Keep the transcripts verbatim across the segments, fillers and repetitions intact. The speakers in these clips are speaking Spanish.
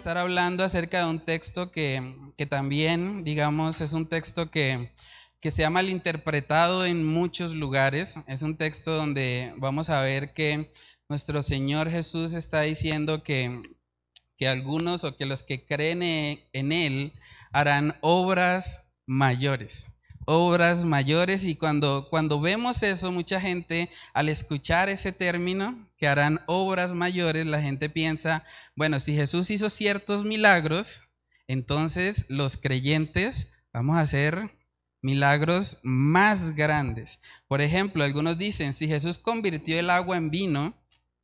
estar hablando acerca de un texto que, que también, digamos, es un texto que, que se ha malinterpretado en muchos lugares. Es un texto donde vamos a ver que nuestro Señor Jesús está diciendo que, que algunos o que los que creen en Él harán obras mayores. Obras mayores, y cuando, cuando vemos eso, mucha gente al escuchar ese término, que harán obras mayores, la gente piensa, bueno, si Jesús hizo ciertos milagros, entonces los creyentes vamos a hacer milagros más grandes. Por ejemplo, algunos dicen, si Jesús convirtió el agua en vino,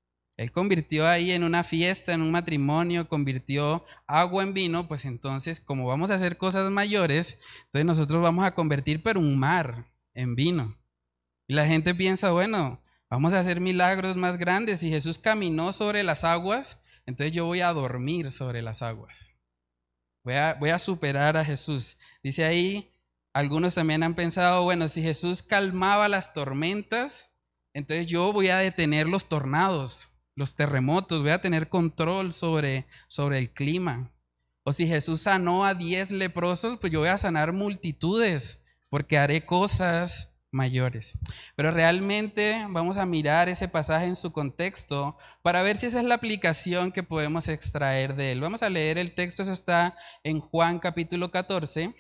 Él convirtió ahí en una fiesta, en un matrimonio, convirtió agua en vino, pues entonces, como vamos a hacer cosas mayores, entonces nosotros vamos a convertir pero un mar en vino. Y la gente piensa, bueno, vamos a hacer milagros más grandes. Si Jesús caminó sobre las aguas, entonces yo voy a dormir sobre las aguas. Voy a, voy a superar a Jesús. Dice ahí, algunos también han pensado, bueno, si Jesús calmaba las tormentas, entonces yo voy a detener los tornados, los terremotos, voy a tener control sobre, sobre el clima. O si Jesús sanó a diez leprosos, pues yo voy a sanar multitudes, porque haré cosas mayores. Pero realmente vamos a mirar ese pasaje en su contexto para ver si esa es la aplicación que podemos extraer de él. Vamos a leer el texto, eso está en Juan capítulo catorce.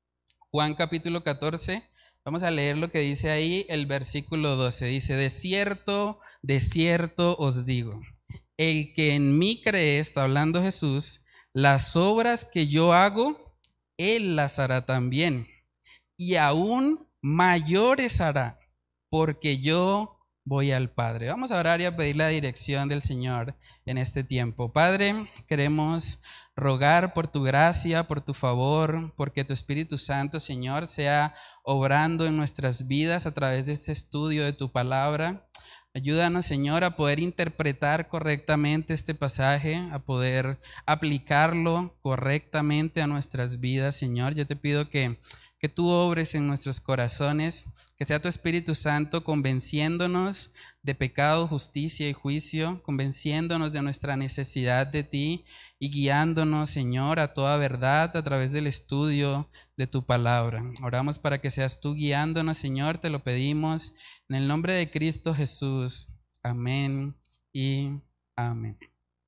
Juan capítulo catorce. Vamos a leer lo que dice ahí el versículo doce. Dice, de cierto, de cierto os digo, el que en mí cree, está hablando Jesús, las obras que yo hago, él las hará también. Y aún mayores hará, porque yo voy al Padre. Vamos a orar y a pedir la dirección del Señor en este tiempo. Padre, queremos rogar por tu gracia, por tu favor, porque tu Espíritu Santo, Señor, sea obrando en nuestras vidas a través de este estudio de tu palabra. Ayúdanos, Señor, a poder interpretar correctamente este pasaje, a poder aplicarlo correctamente a nuestras vidas, Señor. Yo te pido que, que tú obres en nuestros corazones, que sea tu Espíritu Santo convenciéndonos de pecado, justicia y juicio, convenciéndonos de nuestra necesidad de ti y guiándonos, Señor, a toda verdad a través del estudio de tu palabra. Oramos para que seas tú guiándonos, Señor, te lo pedimos en el nombre de Cristo Jesús. Amén y amén.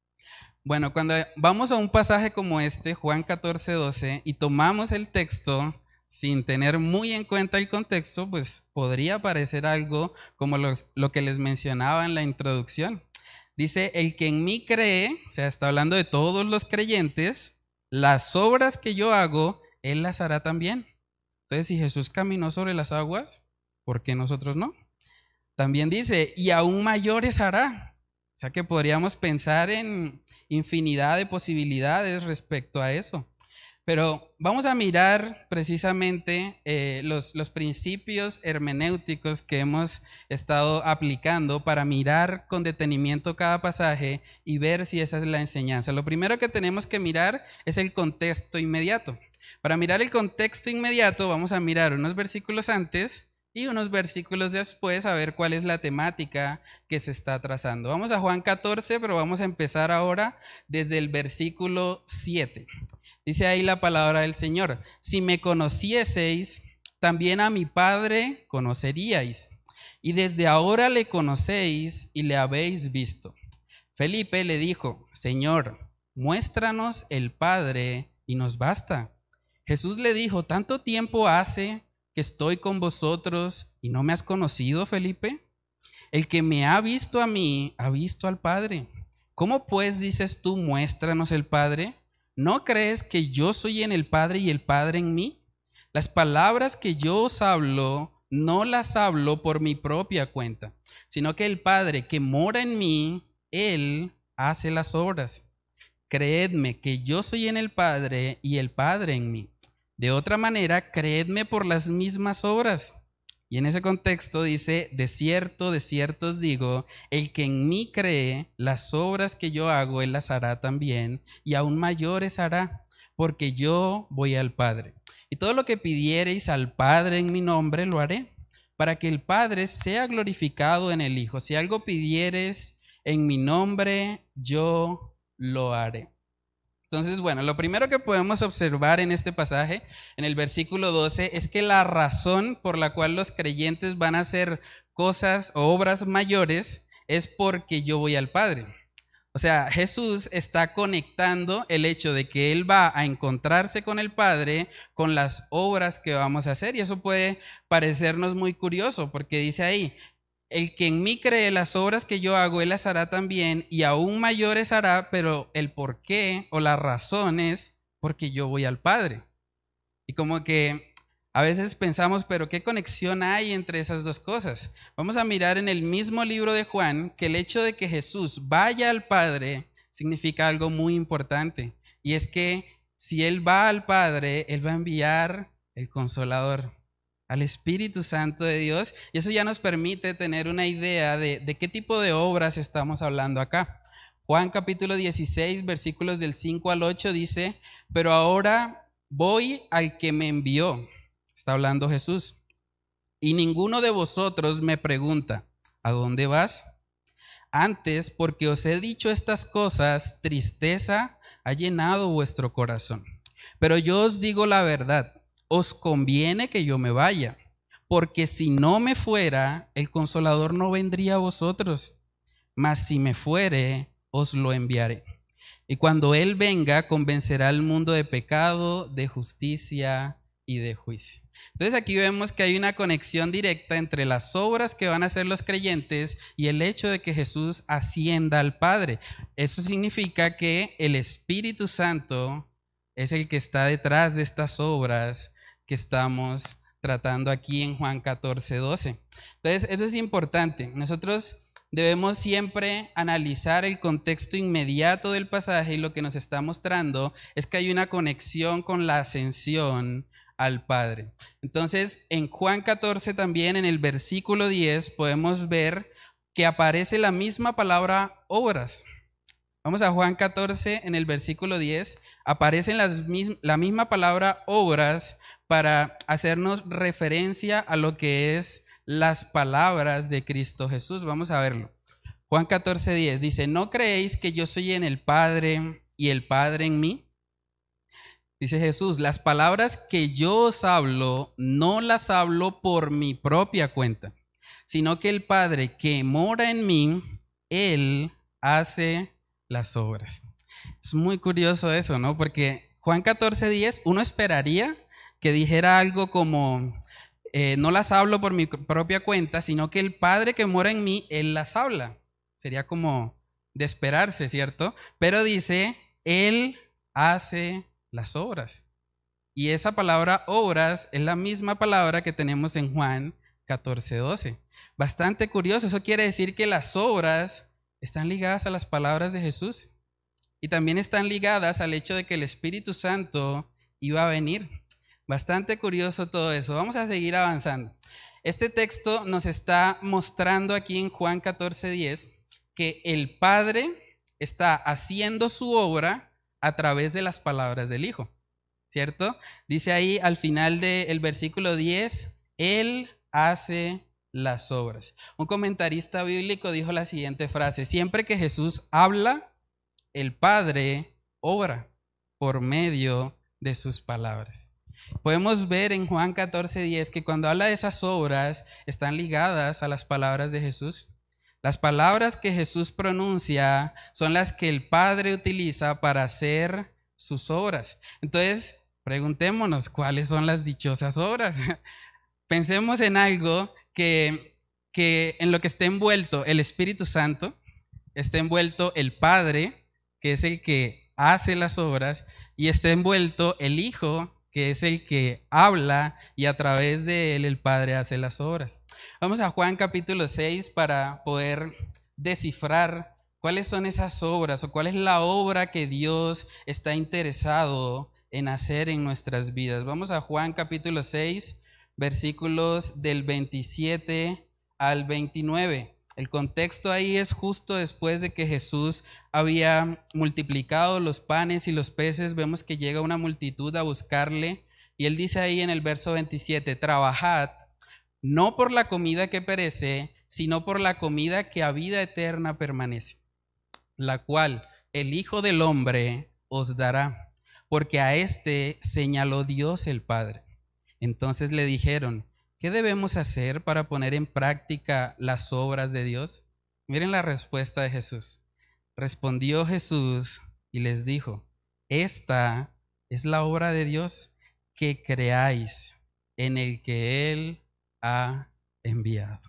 Bueno, cuando vamos a un pasaje como este, Juan catorce, doce, y tomamos el texto sin tener muy en cuenta el contexto, pues podría parecer algo como los, lo que les mencionaba en la introducción. Dice, el que en mí cree, o sea, está hablando de todos los creyentes, las obras que yo hago, él las hará también. Entonces, si Jesús caminó sobre las aguas, ¿por qué nosotros no? También dice, y aún mayores hará. O sea que podríamos pensar en infinidad de posibilidades respecto a eso. Pero vamos a mirar precisamente eh, los, los principios hermenéuticos que hemos estado aplicando para mirar con detenimiento cada pasaje y ver si esa es la enseñanza. Lo primero que tenemos que mirar es el contexto inmediato. Para mirar el contexto inmediato vamos a mirar unos versículos antes y unos versículos después a ver cuál es la temática que se está trazando. Vamos a Juan catorce, pero vamos a empezar ahora desde el versículo siete. Dice ahí la palabra del Señor, si me conocieseis, también a mi Padre conoceríais, y desde ahora le conocéis y le habéis visto. Felipe le dijo, Señor, muéstranos el Padre y nos basta. Jesús le dijo, ¿tanto tiempo hace que estoy con vosotros y no me has conocido, Felipe? El que me ha visto a mí, ha visto al Padre. ¿Cómo pues dices tú, muéstranos el Padre? ¿No crees que yo soy en el Padre y el Padre en mí? Las palabras que yo os hablo, no las hablo por mi propia cuenta, sino que el Padre que mora en mí, Él hace las obras. Creedme que yo soy en el Padre y el Padre en mí. De otra manera, creedme por las mismas obras. Y en ese contexto dice, de cierto, de cierto os digo, el que en mí cree, las obras que yo hago, él las hará también, y aún mayores hará, porque yo voy al Padre. Y todo lo que pidiereis al Padre en mi nombre, lo haré, para que el Padre sea glorificado en el Hijo. Si algo pidieres en mi nombre, yo lo haré. Entonces, bueno, lo primero que podemos observar en este pasaje, en el versículo doce, es que la razón por la cual los creyentes van a hacer cosas o obras mayores es porque yo voy al Padre. O sea, Jesús está conectando el hecho de que Él va a encontrarse con el Padre con las obras que vamos a hacer. Y eso puede parecernos muy curioso porque dice ahí, el que en mí cree las obras que yo hago, Él las hará también y aún mayores hará, pero el por qué o la razón es porque yo voy al Padre. Y como que a veces pensamos, pero ¿qué conexión hay entre esas dos cosas? Vamos a mirar en el mismo libro de Juan que el hecho de que Jesús vaya al Padre significa algo muy importante. Y es que si Él va al Padre, Él va a enviar el Consolador, al Espíritu Santo de Dios. Y eso ya nos permite tener una idea de, de qué tipo de obras estamos hablando acá. Juan capítulo dieciséis, versículos del cinco al ocho dice, pero ahora voy al que me envió. Está hablando Jesús. Y ninguno de vosotros me pregunta, ¿a dónde vas? Antes, porque os he dicho estas cosas, tristeza ha llenado vuestro corazón. Pero yo os digo la verdad, os conviene que yo me vaya, porque si no me fuera, el Consolador no vendría a vosotros, mas si me fuere, os lo enviaré. Y cuando Él venga, convencerá al mundo de pecado, de justicia y de juicio. Entonces aquí vemos que hay una conexión directa entre las obras que van a hacer los creyentes y el hecho de que Jesús ascienda al Padre. Eso significa que el Espíritu Santo es el que está detrás de estas obras que estamos tratando aquí en Juan catorce, doce. Entonces eso es importante. Nosotros debemos siempre analizar el contexto inmediato del pasaje y lo que nos está mostrando es que hay una conexión con la ascensión al Padre. Entonces, en Juan catorce también, en el versículo diez, podemos ver que aparece la misma palabra obras. Vamos a Juan catorce, en el versículo diez, aparece las, la misma palabra obras para hacernos referencia a lo que es las palabras de Cristo Jesús. Vamos a verlo. Juan catorce, diez dice, ¿no creéis que yo soy en el Padre y el Padre en mí? Dice Jesús, las palabras que yo os hablo, no las hablo por mi propia cuenta, sino que el Padre que mora en mí, Él hace las obras. Es muy curioso eso, ¿no? Porque Juan catorce, diez, uno esperaría que dijera algo como, eh, no las hablo por mi propia cuenta, sino que el Padre que mora en mí, Él las habla. Sería como de esperarse, ¿cierto? Pero dice, Él hace las obras. Y esa palabra obras es la misma palabra que tenemos en Juan catorce, doce. Bastante curioso, eso quiere decir que las obras están ligadas a las palabras de Jesús y también están ligadas al hecho de que el Espíritu Santo iba a venir. Bastante curioso todo eso. Vamos a seguir avanzando. Este texto nos está mostrando aquí en Juan catorce, diez que el Padre está haciendo su obra a través de las palabras del Hijo, ¿cierto? Dice ahí al final del versículo diez, Él hace las obras. Un comentarista bíblico dijo la siguiente frase, siempre que Jesús habla, el Padre obra por medio de sus palabras. Podemos ver en Juan catorce, diez que cuando habla de esas obras están ligadas a las palabras de Jesús. Las palabras que Jesús pronuncia son las que el Padre utiliza para hacer sus obras. Entonces, preguntémonos, ¿cuáles son las dichosas obras? Pensemos en algo que, que en lo que esté envuelto el Espíritu Santo, esté envuelto el Padre, que es el que hace las obras, y esté envuelto el Hijo, que es el que habla y a través de él el Padre hace las obras. Vamos a Juan capítulo seis para poder descifrar cuáles son esas obras o cuál es la obra que Dios está interesado en hacer en nuestras vidas. Vamos a Juan capítulo seis, versículos del veintisiete al veintinueve. El contexto ahí es justo después de que Jesús había multiplicado los panes y los peces. Vemos que llega una multitud a buscarle y él dice ahí en el verso veintisiete, trabajad no por la comida que perece, sino por la comida que a vida eterna permanece, la cual el Hijo del Hombre os dará, porque a éste señaló Dios el Padre. Entonces le dijeron, ¿qué debemos hacer para poner en práctica las obras de Dios? Miren la respuesta de Jesús. Respondió Jesús y les dijo, esta es la obra de Dios, que creáis en el que Él ha enviado.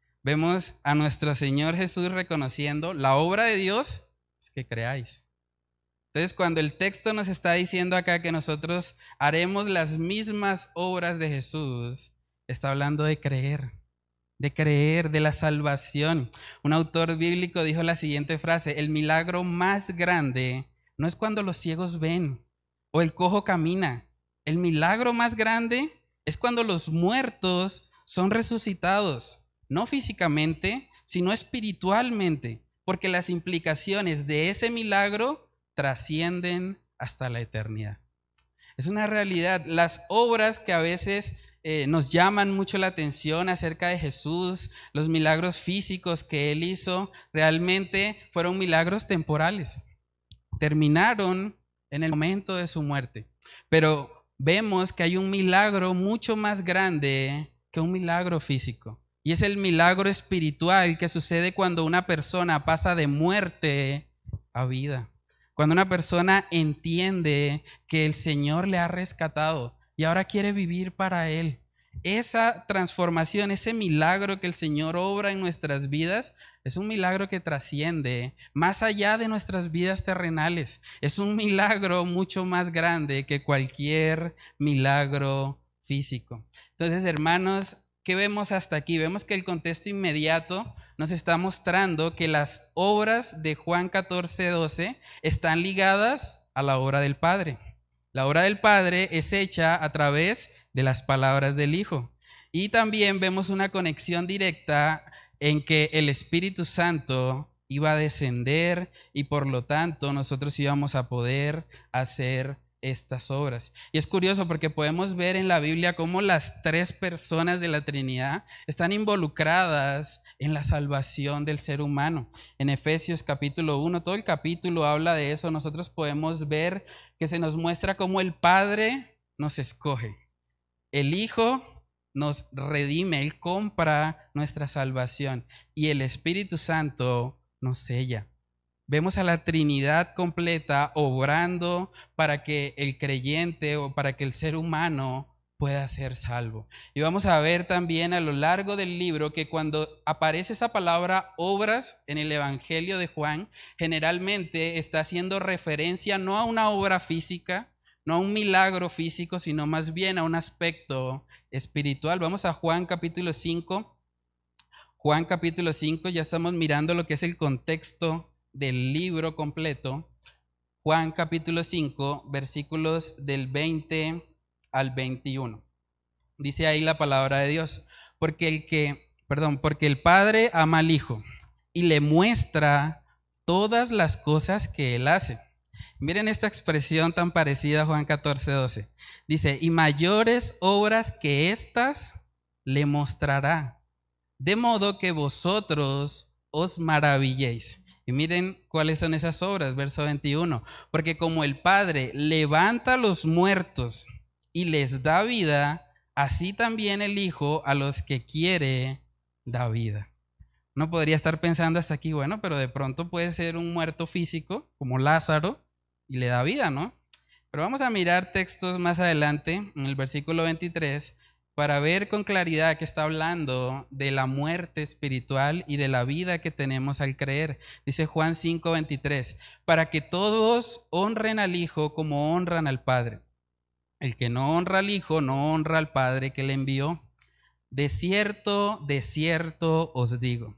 Vemos a nuestro Señor Jesús reconociendo la obra de Dios es que creáis. Entonces, cuando el texto nos está diciendo acá que nosotros haremos las mismas obras de Jesús, está hablando de creer, de creer, de la salvación. Un autor bíblico dijo la siguiente frase, el milagro más grande no es cuando los ciegos ven o el cojo camina. El milagro más grande es cuando los muertos son resucitados, no físicamente, sino espiritualmente, porque las implicaciones de ese milagro trascienden hasta la eternidad. Es una realidad. Las obras que a veces eh, nos llaman mucho la atención acerca de Jesús, los milagros físicos que Él hizo, realmente fueron milagros temporales. Terminaron en el momento de su muerte. Pero vemos que hay un milagro mucho más grande que un milagro físico. Y es el milagro espiritual que sucede cuando una persona pasa de muerte a vida. Cuando una persona entiende que el Señor le ha rescatado y ahora quiere vivir para Él. Esa transformación, ese milagro que el Señor obra en nuestras vidas, es un milagro que trasciende más allá de nuestras vidas terrenales. Es un milagro mucho más grande que cualquier milagro físico. Entonces, hermanos, ¿qué vemos hasta aquí? Vemos que el contexto inmediato nos está mostrando que las obras de Juan catorce, doce están ligadas a la obra del Padre. La obra del Padre es hecha a través de las palabras del Hijo. Y también vemos una conexión directa en que el Espíritu Santo iba a descender y por lo tanto nosotros íbamos a poder hacer estas obras. Y es curioso porque podemos ver en la Biblia cómo las tres personas de la Trinidad están involucradas en la salvación del ser humano. En Efesios capítulo uno, todo el capítulo habla de eso. Nosotros podemos ver que se nos muestra cómo el Padre nos escoge, el Hijo nos redime, Él compra nuestra salvación y el Espíritu Santo nos sella. Vemos a la Trinidad completa obrando para que el creyente o para que el ser humano pueda ser salvo. Y vamos a ver también a lo largo del libro que cuando aparece esa palabra obras en el Evangelio de Juan, generalmente está haciendo referencia no a una obra física, no a un milagro físico, sino más bien a un aspecto espiritual. Vamos a Juan capítulo cinco. Juan capítulo cinco, ya estamos mirando lo que es el contexto del libro completo. Juan capítulo cinco, versículos del veinte al veintiuno. Dice ahí la palabra de Dios, porque el que, perdón, porque el Padre ama al Hijo y le muestra todas las cosas que Él hace. Miren esta expresión tan parecida a Juan catorce, doce. Dice, y mayores obras que estas le mostrará, de modo que vosotros os maravilléis. Y miren cuáles son esas obras, verso veintiuno. Porque como el Padre levanta a los muertos y les da vida, así también el Hijo a los que quiere da vida. Uno podría estar pensando hasta aquí, bueno, pero de pronto puede ser un muerto físico, como Lázaro, y le da vida, ¿no? Pero vamos a mirar textos más adelante, en el versículo veintitrés, para ver con claridad que está hablando de la muerte espiritual y de la vida que tenemos al creer. Dice Juan cinco, veintitrés, para que todos honren al Hijo como honran al Padre. El que no honra al Hijo no honra al Padre que le envió. De cierto, de cierto os digo,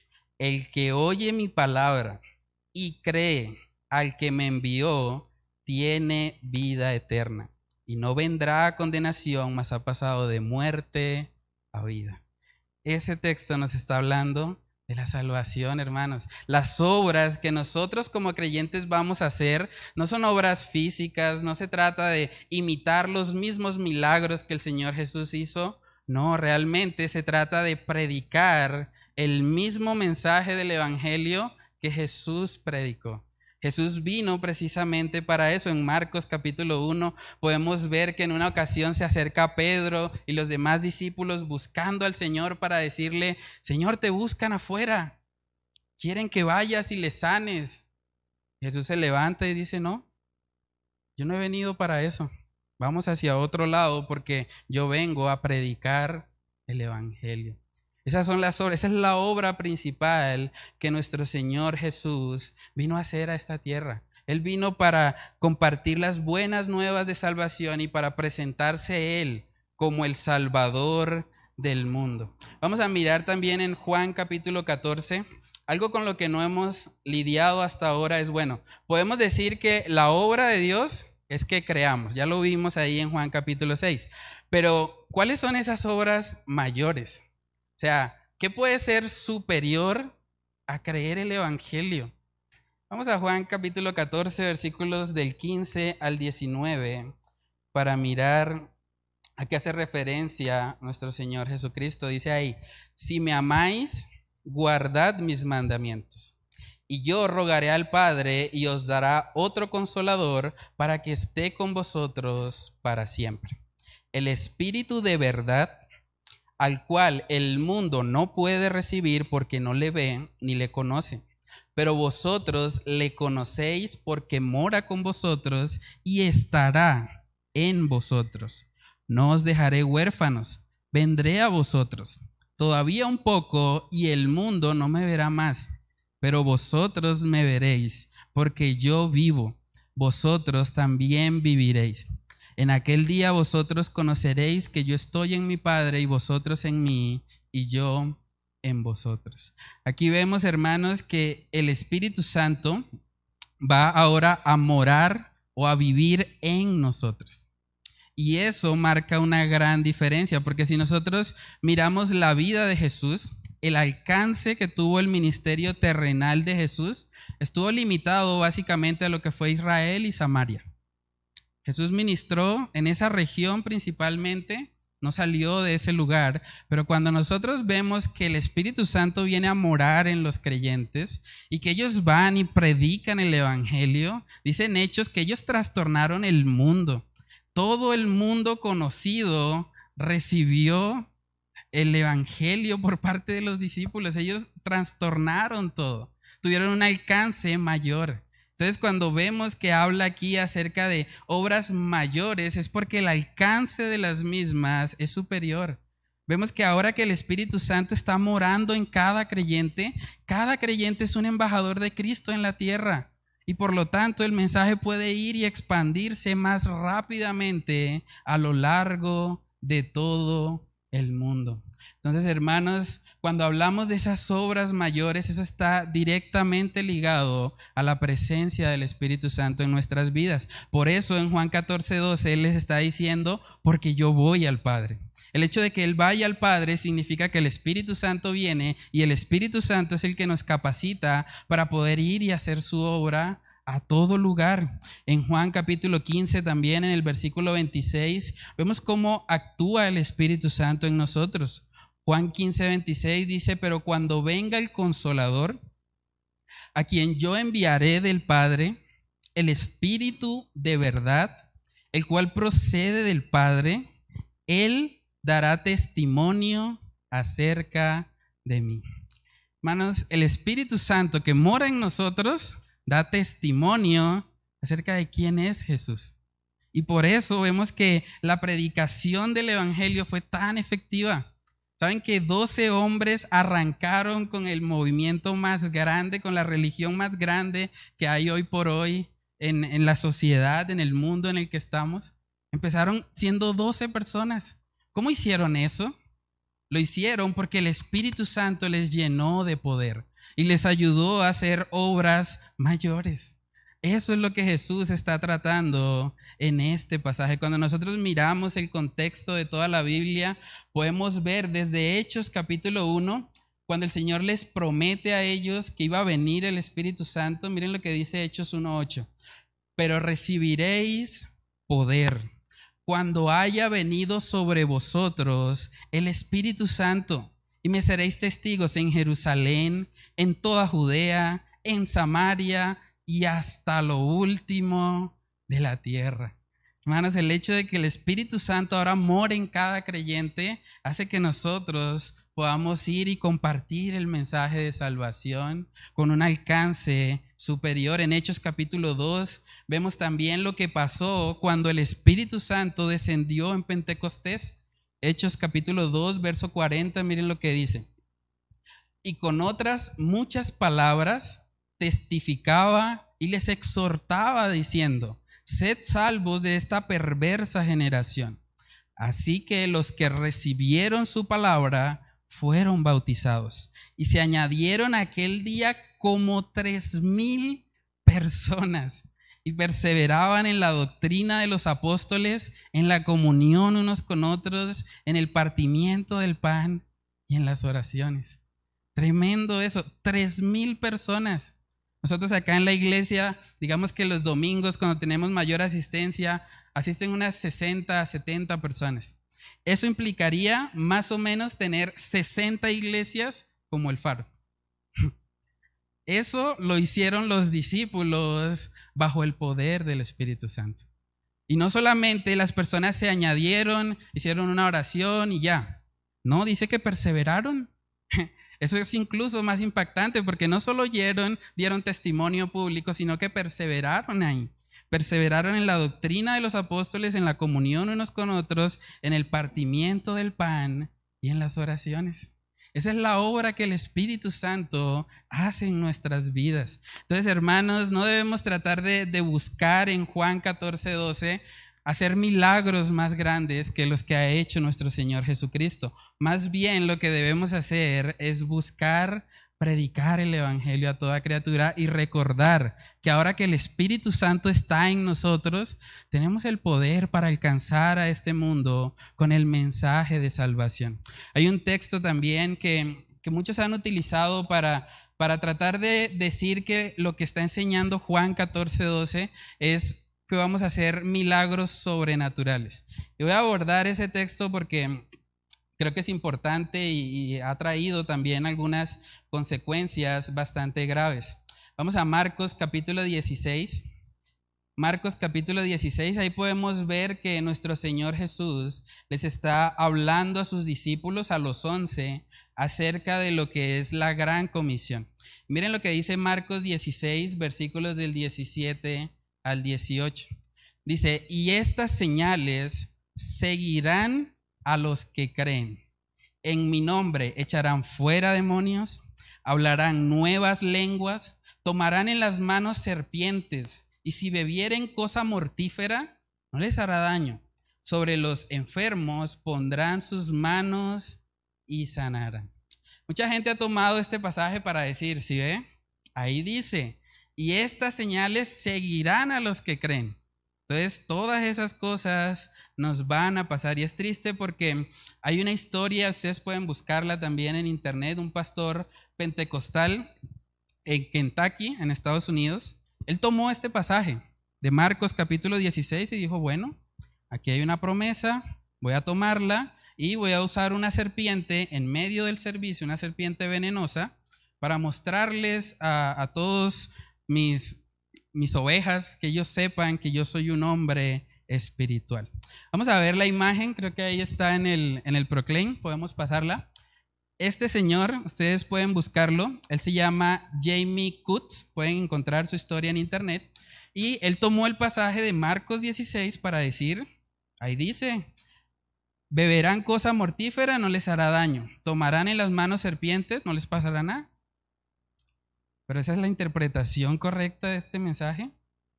el que oye mi palabra y cree al que me envió, tiene vida eterna y no vendrá a condenación, mas ha pasado de muerte a vida. Ese texto nos está hablando de la salvación, hermanos. Las obras que nosotros como creyentes vamos a hacer no son obras físicas, no se trata de imitar los mismos milagros que el Señor Jesús hizo. No, realmente se trata de predicar el mismo mensaje del Evangelio que Jesús predicó. Jesús vino precisamente para eso. En Marcos capítulo uno podemos ver que en una ocasión se acerca Pedro y los demás discípulos buscando al Señor para decirle: Señor, te buscan afuera, quieren que vayas y les sanes. Jesús se levanta y dice: no, yo no he venido para eso. Vamos hacia otro lado porque yo vengo a predicar el evangelio. Esas son las obras, esa es la obra principal que nuestro Señor Jesús vino a hacer a esta tierra. Él vino para compartir las buenas nuevas de salvación y para presentarse Él como el Salvador del mundo. Vamos a mirar también en Juan capítulo catorce. Algo con lo que no hemos lidiado hasta ahora es, bueno, podemos decir que la obra de Dios es que creamos. Ya lo vimos ahí en Juan capítulo seis. Pero, ¿cuáles son esas obras mayores? O sea, ¿qué puede ser superior a creer el evangelio? Vamos a Juan capítulo catorce, versículos del quince al diecinueve, para mirar a qué hace referencia nuestro Señor Jesucristo. Dice ahí: si me amáis, guardad mis mandamientos. Y yo rogaré al Padre y os dará otro consolador para que esté con vosotros para siempre. El Espíritu de verdad, al cual el mundo no puede recibir porque no le ve ni le conoce. Pero vosotros le conocéis porque mora con vosotros y estará en vosotros. No os dejaré huérfanos, vendré a vosotros. Todavía un poco y el mundo no me verá más, pero vosotros me veréis, porque yo vivo, vosotros también viviréis. En aquel día vosotros conoceréis que yo estoy en mi Padre y vosotros en mí y yo en vosotros. Aquí vemos, hermanos, que el Espíritu Santo va ahora a morar o a vivir en nosotros. Y eso marca una gran diferencia, porque si nosotros miramos la vida de Jesús, el alcance que tuvo el ministerio terrenal de Jesús estuvo limitado básicamente a lo que fue Israel y Samaria. Jesús ministró en esa región principalmente, no salió de ese lugar, pero cuando nosotros vemos que el Espíritu Santo viene a morar en los creyentes y que ellos van y predican el evangelio, dicen Hechos que ellos trastornaron el mundo. Todo el mundo conocido recibió el evangelio por parte de los discípulos. Ellos trastornaron todo, tuvieron un alcance mayor. Entonces, cuando vemos que habla aquí acerca de obras mayores, es porque el alcance de las mismas es superior. Vemos que ahora que el Espíritu Santo está morando en cada creyente, cada creyente es un embajador de Cristo en la tierra. Y por lo tanto, el mensaje puede ir y expandirse más rápidamente a lo largo de todo el mundo. Entonces, hermanos, cuando hablamos de esas obras mayores, eso está directamente ligado a la presencia del Espíritu Santo en nuestras vidas. Por eso en Juan catorce, doce, Él les está diciendo: porque yo voy al Padre. El hecho de que Él vaya al Padre significa que el Espíritu Santo viene, y el Espíritu Santo es el que nos capacita para poder ir y hacer su obra a todo lugar. En Juan capítulo quince, también en el versículo veintiséis, vemos cómo actúa el Espíritu Santo en nosotros. Juan quince, veintiséis dice: pero cuando venga el Consolador, a quien yo enviaré del Padre, el Espíritu de verdad, el cual procede del Padre, Él dará testimonio acerca de mí. Hermanos, el Espíritu Santo que mora en nosotros da testimonio acerca de quién es Jesús. Y por eso vemos que la predicación del evangelio fue tan efectiva. ¿Saben que doce hombres arrancaron con el movimiento más grande, con la religión más grande que hay hoy por hoy en, en la sociedad, en el mundo en el que estamos? Empezaron siendo doce personas. ¿Cómo hicieron eso? Lo hicieron porque el Espíritu Santo les llenó de poder y les ayudó a hacer obras mayores. Eso es lo que Jesús está tratando en este pasaje. Cuando nosotros miramos el contexto de toda la Biblia, podemos ver desde Hechos capítulo uno, cuando el Señor les promete a ellos que iba a venir el Espíritu Santo. Miren lo que dice Hechos uno ocho: pero recibiréis poder cuando haya venido sobre vosotros el Espíritu Santo, y me seréis testigos en Jerusalén, en toda Judea, en Samaria y hasta lo último de la tierra. Hermanos, el hecho de que el Espíritu Santo ahora more en cada creyente hace que nosotros podamos ir y compartir el mensaje de salvación con un alcance superior. En Hechos capítulo dos vemos también lo que pasó cuando el Espíritu Santo descendió en Pentecostés. Hechos capítulo dos, verso cuarenta, miren lo que dice. Y con otras muchas palabras testificaba y les exhortaba diciendo: sed salvos de esta perversa generación. Así que los que recibieron su palabra fueron bautizados, y se añadieron aquel día como tres mil personas, y perseveraban en la doctrina de los apóstoles, en la comunión unos con otros, en el partimiento del pan y en las oraciones. Tremendo eso, tres mil personas. Nosotros acá en la iglesia, digamos que los domingos cuando tenemos mayor asistencia, asisten unas sesenta, setenta personas. Eso implicaría más o menos tener sesenta iglesias como el Faro. Eso lo hicieron los discípulos bajo el poder del Espíritu Santo. Y no solamente las personas se añadieron, hicieron una oración y ya. No, dice que perseveraron. Eso es incluso más impactante porque no solo oyeron, dieron testimonio público, sino que perseveraron ahí. Perseveraron en la doctrina de los apóstoles, en la comunión unos con otros, en el partimiento del pan y en las oraciones. Esa es la obra que el Espíritu Santo hace en nuestras vidas. Entonces, hermanos, no debemos tratar de, de buscar en Juan catorce, doce hacer milagros más grandes que los que ha hecho nuestro Señor Jesucristo. Más bien lo que debemos hacer es buscar predicar el evangelio a toda criatura y recordar que ahora que el Espíritu Santo está en nosotros, tenemos el poder para alcanzar a este mundo con el mensaje de salvación. Hay un texto también que, que muchos han utilizado para, para tratar de decir que lo que está enseñando Juan catorce, doce es que vamos a hacer milagros sobrenaturales. Y voy a abordar ese texto porque creo que es importante y, y ha traído también algunas consecuencias bastante graves. Vamos a Marcos capítulo dieciséis. Marcos capítulo dieciséis, ahí podemos ver que nuestro Señor Jesús les está hablando a sus discípulos, a los once, acerca de lo que es la gran comisión. Miren lo que dice Marcos dieciséis, versículos del diecisiete al dieciocho. Dice: y estas señales seguirán a los que creen. En mi nombre echarán fuera demonios, hablarán nuevas lenguas, tomarán en las manos serpientes, y si bebieren cosa mortífera, no les hará daño. Sobre los enfermos pondrán sus manos y sanarán. Mucha gente ha tomado este pasaje para decir, ¿sí ve? Ahí dice, y estas señales seguirán a los que creen. Entonces, todas esas cosas nos van a pasar. Y es triste porque hay una historia, ustedes pueden buscarla también en internet, un pastor pentecostal en Kentucky, en Estados Unidos. Él tomó este pasaje de Marcos capítulo dieciséis y dijo, bueno, aquí hay una promesa, voy a tomarla y voy a usar una serpiente en medio del servicio, una serpiente venenosa, para mostrarles a, a todos mis, mis ovejas que ellos sepan que yo soy un hombre espiritual. Vamos a ver la imagen, creo que ahí está en el, en el Proclaim, podemos pasarla. Este señor, ustedes pueden buscarlo, él se llama Jamie Kutz, pueden encontrar su historia en internet, y él tomó el pasaje de Marcos dieciséis para decir, ahí dice, beberán cosa mortífera, no les hará daño, tomarán en las manos serpientes, no les pasará nada. Pero esa es la interpretación correcta de este mensaje.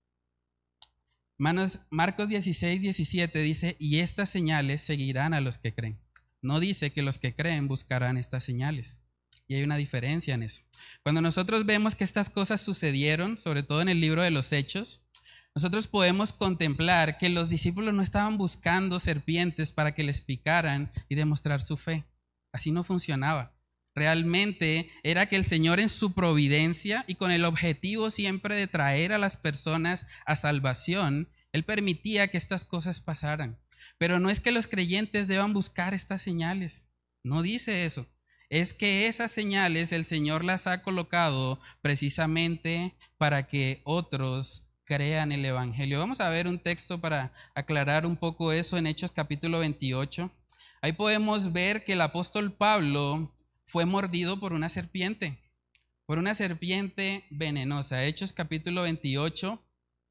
Hermanos, Marcos dieciséis, diecisiete dice, y estas señales seguirán a los que creen. No dice que los que creen buscarán estas señales. Y hay una diferencia en eso. Cuando nosotros vemos que estas cosas sucedieron, sobre todo en el libro de los Hechos, nosotros podemos contemplar que los discípulos no estaban buscando serpientes para que les picaran y demostrar su fe. Así no funcionaba. Realmente era que el Señor en su providencia y con el objetivo siempre de traer a las personas a salvación, Él permitía que estas cosas pasaran. Pero no es que los creyentes deban buscar estas señales. No dice eso. es que esas señales el Señor las ha colocado precisamente para que otros crean el Evangelio. Vamos a ver un texto para aclarar un poco eso en Hechos capítulo veintiocho. Ahí podemos ver que el apóstol Pablo fue mordido por una serpiente, por una serpiente venenosa. Hechos capítulo veintiocho,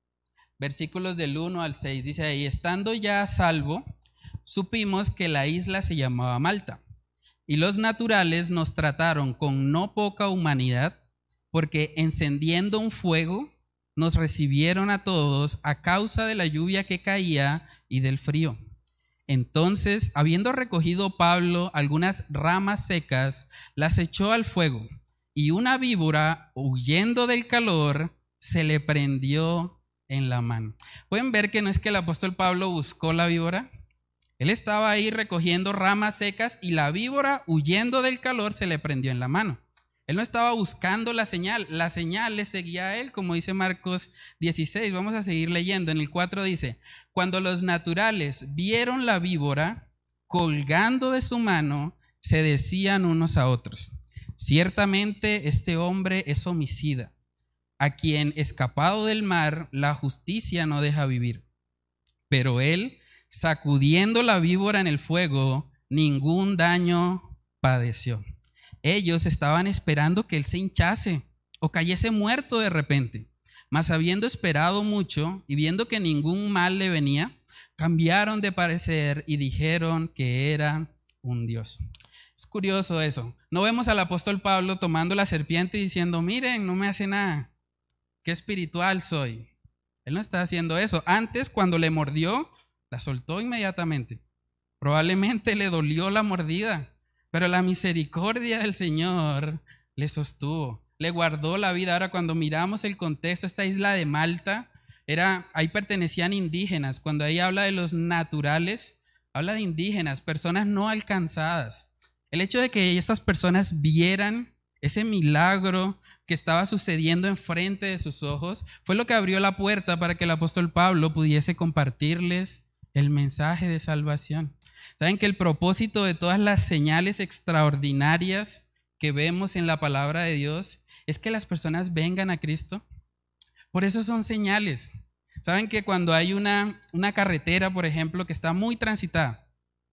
versículos del uno al seis, dice ahí: estando ya a salvo, supimos que la isla se llamaba Malta, y los naturales nos trataron con no poca humanidad, porque encendiendo un fuego, nos recibieron a todos a causa de la lluvia que caía y del frío. Entonces, habiendo recogido Pablo algunas ramas secas, las echó al fuego, y una víbora, huyendo del calor, se le prendió en la mano. ¿Pueden ver que no es que el apóstol Pablo buscó la víbora? Él estaba ahí recogiendo ramas secas y la víbora, huyendo del calor, se le prendió en la mano. Él no estaba buscando la señal, la señal le seguía a él, como dice Marcos dieciséis. Vamos a seguir leyendo. En el cuatro dice: cuando los naturales vieron la víbora colgando de su mano, se decían unos a otros: ciertamente este hombre es homicida, a quien, escapado del mar, la justicia no deja vivir. Pero él, sacudiendo la víbora en el fuego, ningún daño padeció. Ellos estaban esperando que él se hinchase o cayese muerto de repente. Mas habiendo esperado mucho y viendo que ningún mal le venía, cambiaron de parecer y dijeron que era un dios. Es curioso eso. No vemos al apóstol Pablo tomando la serpiente y diciendo: miren, no me hace nada, qué espiritual soy. Él no está haciendo eso. Antes, cuando le mordió, la soltó inmediatamente. Probablemente le dolió la mordida, pero la misericordia del Señor le sostuvo, le guardó la vida. Ahora, cuando miramos el contexto, esta isla de Malta, era, ahí pertenecían indígenas. Cuando ahí habla de los naturales, habla de indígenas, personas no alcanzadas. El hecho de que estas personas vieran ese milagro que estaba sucediendo enfrente de sus ojos fue lo que abrió la puerta para que el apóstol Pablo pudiese compartirles el mensaje de salvación. ¿Saben que el propósito de todas las señales extraordinarias que vemos en la palabra de Dios es que las personas vengan a Cristo? Por eso son señales. ¿Saben que cuando hay una, una carretera, por ejemplo, que está muy transitada,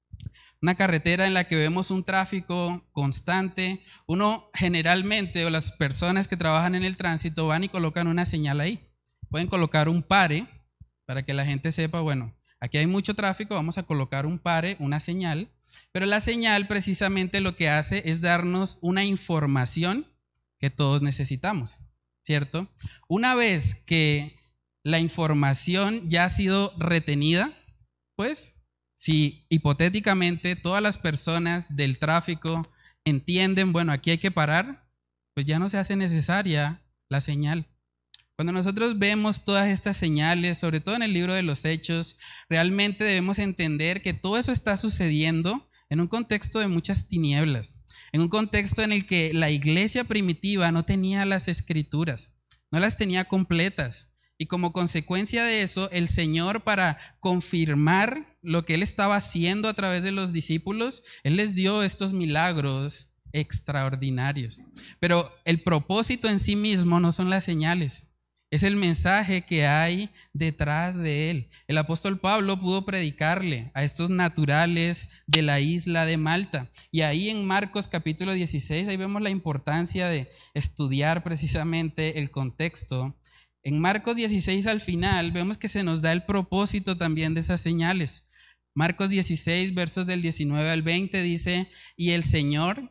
una carretera en la que vemos un tráfico constante, uno generalmente, o las personas que trabajan en el tránsito, van y colocan una señal ahí? Pueden colocar un pare para que la gente sepa, bueno, aquí hay mucho tráfico, vamos a colocar un pare, una señal. Pero la señal precisamente lo que hace es darnos una información que todos necesitamos, ¿cierto? Una vez que la información ya ha sido retenida, pues si hipotéticamente todas las personas del tráfico entienden, bueno, aquí hay que parar, pues ya no se hace necesaria la señal. Cuando nosotros vemos todas estas señales, sobre todo en el libro de los Hechos, realmente debemos entender que todo eso está sucediendo en un contexto de muchas tinieblas, en un contexto en el que la iglesia primitiva no tenía las escrituras, no las tenía completas. Y como consecuencia de eso, el Señor, para confirmar lo que Él estaba haciendo a través de los discípulos, Él les dio estos milagros extraordinarios. Pero el propósito en sí mismo no son las señales. Es el mensaje que hay detrás de él. El apóstol Pablo pudo predicarle a estos naturales de la isla de Malta. Y ahí en Marcos capítulo dieciséis, ahí vemos la importancia de estudiar precisamente el contexto. En Marcos dieciséis al final vemos que se nos da el propósito también de esas señales. Marcos dieciséis, versos del diecinueve al veinte dice: y el Señor,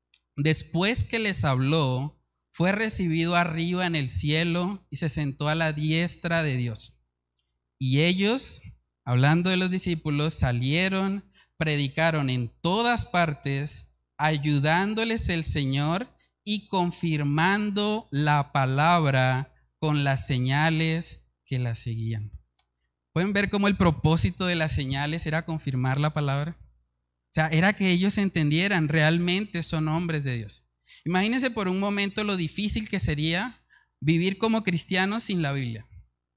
después que les habló, fue recibido arriba en el cielo y se sentó a la diestra de Dios. Y ellos, hablando de los discípulos, salieron, predicaron en todas partes, ayudándoles el Señor y confirmando la palabra con las señales que la seguían. ¿Pueden ver cómo el propósito de las señales era confirmar la palabra? O sea, era que ellos entendieran, realmente son hombres de Dios. Imagínense por un momento lo difícil que sería vivir como cristianos sin la Biblia.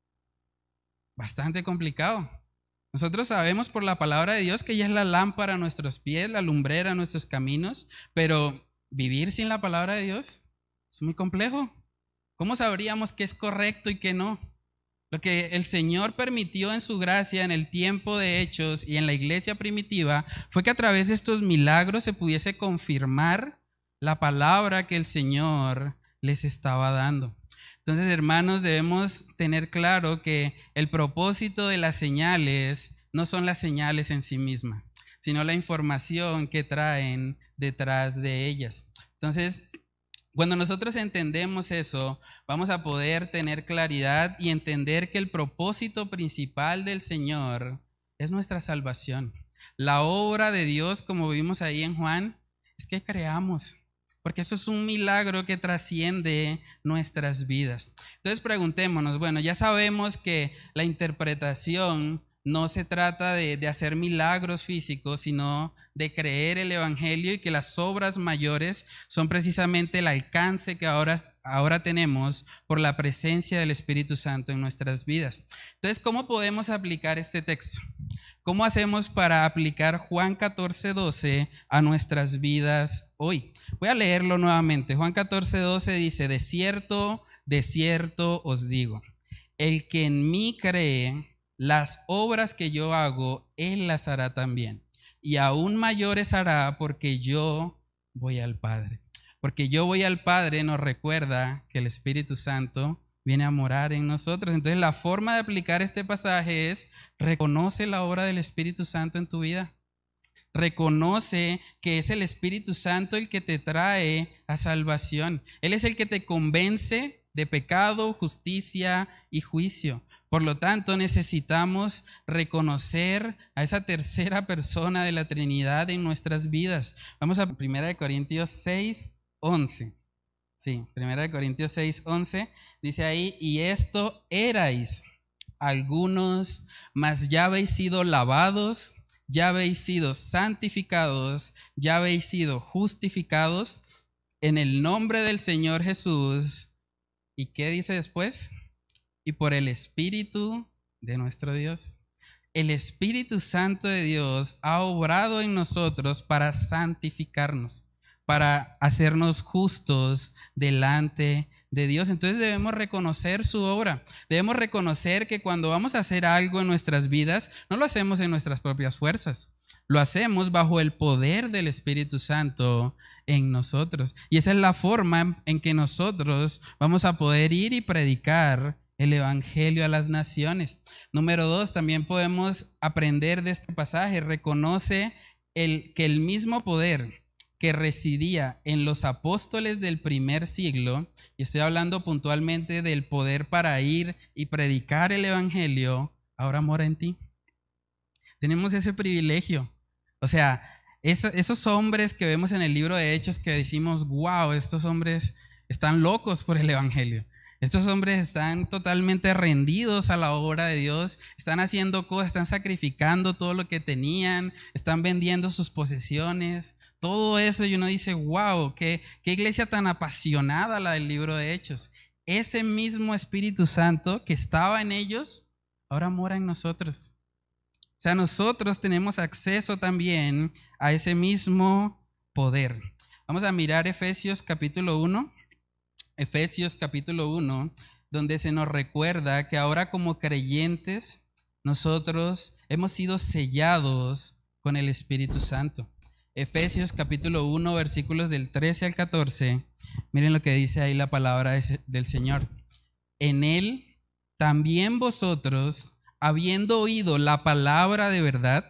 Bastante complicado. Nosotros sabemos por la palabra de Dios que ella es la lámpara a nuestros pies, la lumbrera a nuestros caminos, pero vivir sin la palabra de Dios es muy complejo. ¿Cómo sabríamos qué es correcto y qué no? Lo que el Señor permitió en su gracia en el tiempo de Hechos y en la iglesia primitiva fue que a través de estos milagros se pudiese confirmar la palabra que el Señor les estaba dando. Entonces, hermanos, debemos tener claro que el propósito de las señales no son las señales en sí mismas, sino la información que traen detrás de ellas. Entonces, cuando nosotros entendemos eso, vamos a poder tener claridad y entender que el propósito principal del Señor es nuestra salvación. La obra de Dios, como vimos ahí en Juan, es que creamos, porque eso es un milagro que trasciende nuestras vidas. Entonces preguntémonos, bueno, ya sabemos que la interpretación no se trata de, de hacer milagros físicos, sino de creer el evangelio, y que las obras mayores son precisamente el alcance que ahora, ahora tenemos por la presencia del Espíritu Santo en nuestras vidas. Entonces, ¿cómo podemos aplicar este texto? ¿Cómo hacemos para aplicar Juan catorce doce a nuestras vidas hoy? Voy a leerlo nuevamente. Juan catorce doce dice: de cierto, de cierto os digo, el que en mí cree, las obras que yo hago, él las hará también. Y aún mayores hará, porque yo voy al Padre. Porque yo voy al Padre nos recuerda que el Espíritu Santo viene a morar en nosotros. Entonces la forma de aplicar este pasaje es: reconoce la obra del Espíritu Santo en tu vida. Reconoce que es el Espíritu Santo el que te trae a salvación. Él es el que te convence de pecado, justicia y juicio. Por lo tanto, necesitamos reconocer a esa tercera persona de la Trinidad en nuestras vidas. Vamos a primera de Corintios seis, once. Sí, primera de Corintios seis, once. Dice ahí: y esto erais algunos, mas ya habéis sido lavados, ya habéis sido santificados, ya habéis sido justificados en el nombre del Señor Jesús. ¿Y qué dice después? Y por el Espíritu de nuestro Dios. El Espíritu Santo de Dios ha obrado en nosotros para santificarnos, para hacernos justos delante de Dios. Entonces debemos reconocer su obra. Debemos reconocer que cuando vamos a hacer algo en nuestras vidas, no lo hacemos en nuestras propias fuerzas. Lo hacemos bajo el poder del Espíritu Santo en nosotros. Y esa es la forma en que nosotros vamos a poder ir y predicar el evangelio a las naciones. Número dos, también podemos aprender de este pasaje. Reconoce el, que el mismo poder que residía en los apóstoles del primer siglo, y estoy hablando puntualmente del poder para ir y predicar el evangelio, ahora mora en ti. Tenemos ese privilegio. O sea, esos, esos hombres que vemos en el libro de Hechos que decimos, wow, estos hombres están locos por el evangelio. Estos hombres están totalmente rendidos a la obra de Dios, están haciendo cosas, están sacrificando todo lo que tenían, están vendiendo sus posesiones, todo eso, y uno dice, wow, qué, qué iglesia tan apasionada la del libro de Hechos. Ese mismo Espíritu Santo que estaba en ellos, ahora mora en nosotros. O sea, nosotros tenemos acceso también a ese mismo poder. Vamos a mirar Efesios capítulo uno. Efesios capítulo uno, donde se nos recuerda que ahora como creyentes nosotros hemos sido sellados con el Espíritu Santo. Efesios capítulo uno, versículos del trece al catorce. Miren lo que dice ahí la palabra del Señor. En él también vosotros, habiendo oído la palabra de verdad,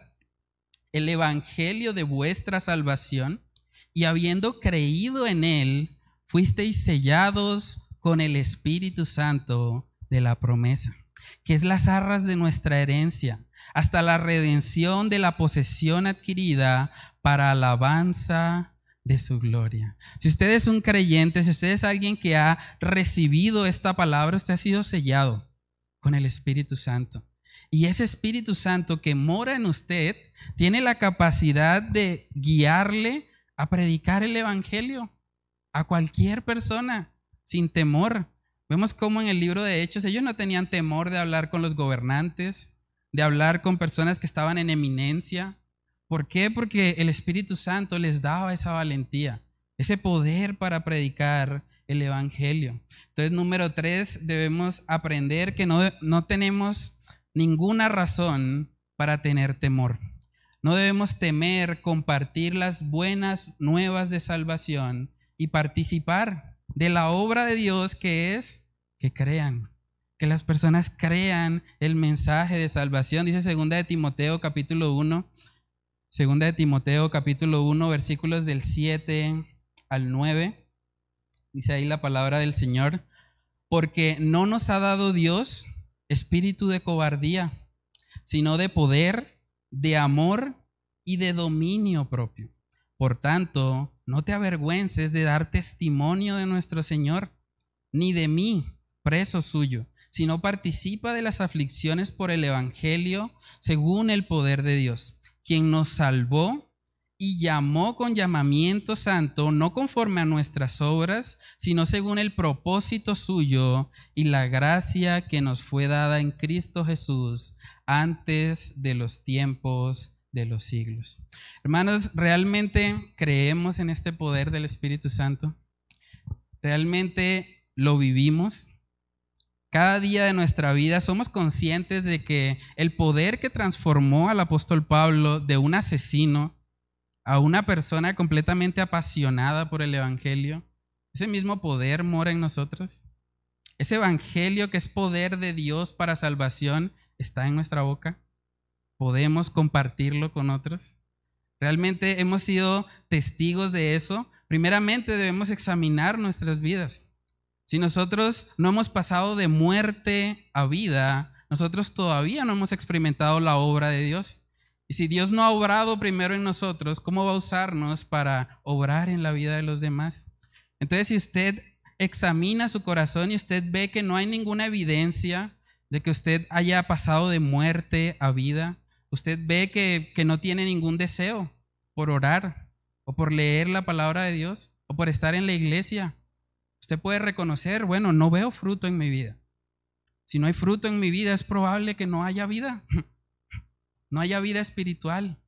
el evangelio de vuestra salvación, y habiendo creído en él, fuisteis sellados con el Espíritu Santo de la promesa, que es las arras de nuestra herencia, hasta la redención de la posesión adquirida para alabanza de su gloria. Si usted es un creyente, si usted es alguien que ha recibido esta palabra, usted ha sido sellado con el Espíritu Santo. Y ese Espíritu Santo que mora en usted tiene la capacidad de guiarle a predicar el evangelio a cualquier persona sin temor. Vemos cómo en el libro de Hechos ellos no tenían temor de hablar con los gobernantes, de hablar con personas que estaban en eminencia. ¿Por qué? Porque el Espíritu Santo les daba esa valentía. ese poder para predicar el evangelio. Entonces, número tres, debemos aprender que no, no tenemos ninguna razón para tener temor. No debemos temer compartir las buenas nuevas de salvación y participar de la obra de Dios, que es que crean, que las personas crean el mensaje de salvación. Dice segunda de Timoteo capítulo uno, segunda de Timoteo capítulo uno, versículos del siete al nueve. Dice ahí la palabra del Señor: porque no nos ha dado Dios espíritu de cobardía, sino de poder, de amor y de dominio propio. Por tanto, no te avergüences de dar testimonio de nuestro Señor, ni de mí, preso suyo, sino participa de las aflicciones por el evangelio según el poder de Dios, quien nos salvó y llamó con llamamiento santo, no conforme a nuestras obras, sino según el propósito suyo y la gracia que nos fue dada en Cristo Jesús antes de los tiempos de los siglos. Hermanos, ¿realmente creemos en este poder del Espíritu Santo? ¿Realmente lo vivimos? Cada día de nuestra vida somos conscientes de que el poder que transformó al apóstol Pablo de un asesino a una persona completamente apasionada por el evangelio, ese mismo poder mora en nosotros. Ese evangelio que es poder de Dios para salvación está en nuestra boca. ¿Podemos compartirlo con otros? ¿Realmente hemos sido testigos de eso? Primeramente debemos examinar nuestras vidas. Si nosotros no hemos pasado de muerte a vida, nosotros todavía no hemos experimentado la obra de Dios. Y si Dios no ha obrado primero en nosotros, ¿cómo va a usarnos para obrar en la vida de los demás? Entonces, si usted examina su corazón y usted ve que no hay ninguna evidencia de que usted haya pasado de muerte a vida, usted ve que, que no tiene ningún deseo por orar o por leer la palabra de Dios o por estar en la iglesia, usted puede reconocer, bueno, no veo fruto en mi vida. Si no hay fruto en mi vida, es probable que no haya vida. No haya vida espiritual.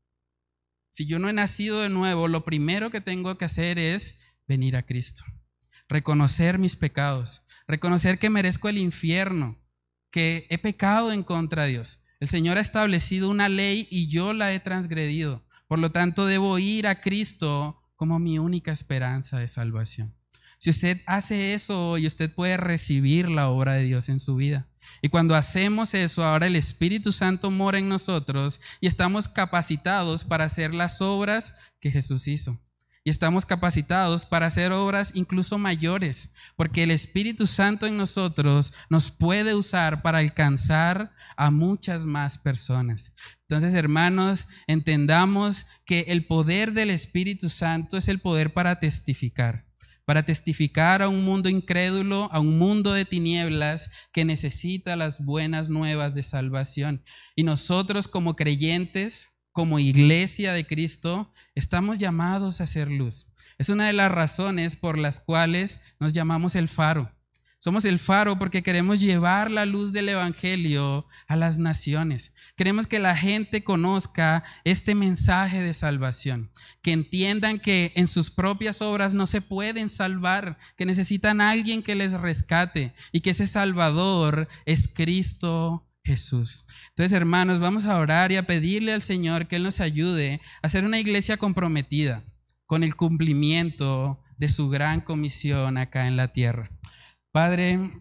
Si yo no he nacido de nuevo, lo primero que tengo que hacer es venir a Cristo. Reconocer mis pecados. Reconocer que merezco el infierno, que he pecado en contra de Dios. El Señor ha establecido una ley y yo la he transgredido. Por lo tanto, debo ir a Cristo como mi única esperanza de salvación. Si usted hace eso hoy, usted puede recibir la obra de Dios en su vida. Y cuando hacemos eso, ahora el Espíritu Santo mora en nosotros y estamos capacitados para hacer las obras que Jesús hizo. Y estamos capacitados para hacer obras incluso mayores, porque el Espíritu Santo en nosotros nos puede usar para alcanzar a muchas más personas. Entonces, hermanos, entendamos que el poder del Espíritu Santo es el poder para testificar. Para testificar a un mundo incrédulo, a un mundo de tinieblas que necesita las buenas nuevas de salvación. Y nosotros como creyentes, como iglesia de Cristo, estamos llamados a hacer luz. Es una de las razones por las cuales nos llamamos el Faro. Somos el Faro porque queremos llevar la luz del evangelio a las naciones. Queremos que la gente conozca este mensaje de salvación, que entiendan que en sus propias obras no se pueden salvar, que necesitan a alguien que les rescate y que ese Salvador es Cristo Jesús. Entonces, hermanos, vamos a orar y a pedirle al Señor que Él nos ayude a ser una iglesia comprometida con el cumplimiento de su gran comisión acá en la tierra. Padre,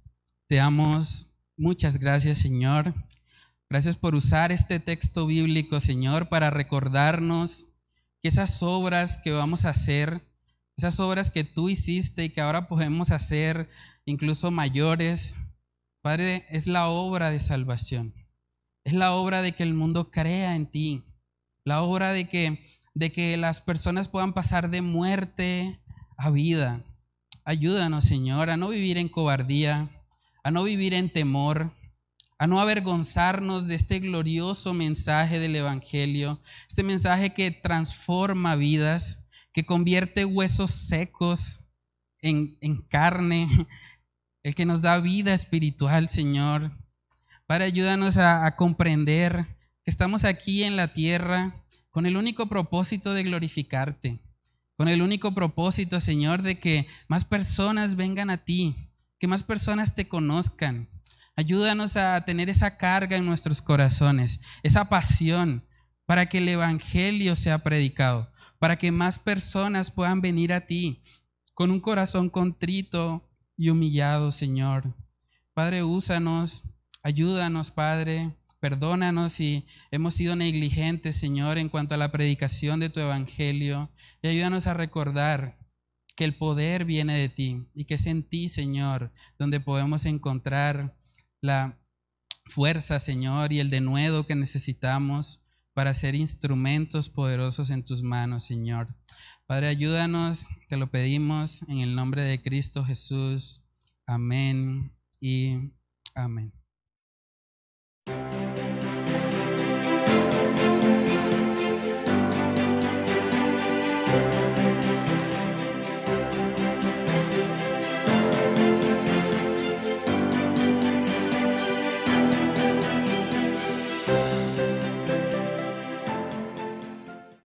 te damos muchas gracias, Señor. Gracias por usar este texto bíblico, Señor, para recordarnos que esas obras que vamos a hacer, esas obras que tú hiciste y que ahora podemos hacer incluso mayores, Padre, es la obra de salvación. Es la obra de que el mundo crea en ti. La obra de que, de que las personas puedan pasar de muerte a vida. Ayúdanos, Señor, a no vivir en cobardía, a no vivir en temor, a no avergonzarnos de este glorioso mensaje del evangelio, este mensaje que transforma vidas, que convierte huesos secos en, en carne, el que nos da vida espiritual, Señor. Padre, ayúdanos a, a comprender que estamos aquí en la tierra con el único propósito de glorificarte, con el único propósito, Señor, de que más personas vengan a ti, que más personas te conozcan. Ayúdanos a tener esa carga en nuestros corazones, esa pasión para que el evangelio sea predicado, para que más personas puedan venir a ti con un corazón contrito y humillado, Señor. Padre, úsanos, ayúdanos, Padre. Perdónanos si hemos sido negligentes, Señor, en cuanto a la predicación de tu evangelio. Y ayúdanos a recordar que el poder viene de ti y que es en ti, Señor, donde podemos encontrar la fuerza, Señor, y el denuedo que necesitamos para ser instrumentos poderosos en tus manos, Señor. Padre, ayúdanos, te lo pedimos en el nombre de Cristo Jesús. Amén y amén.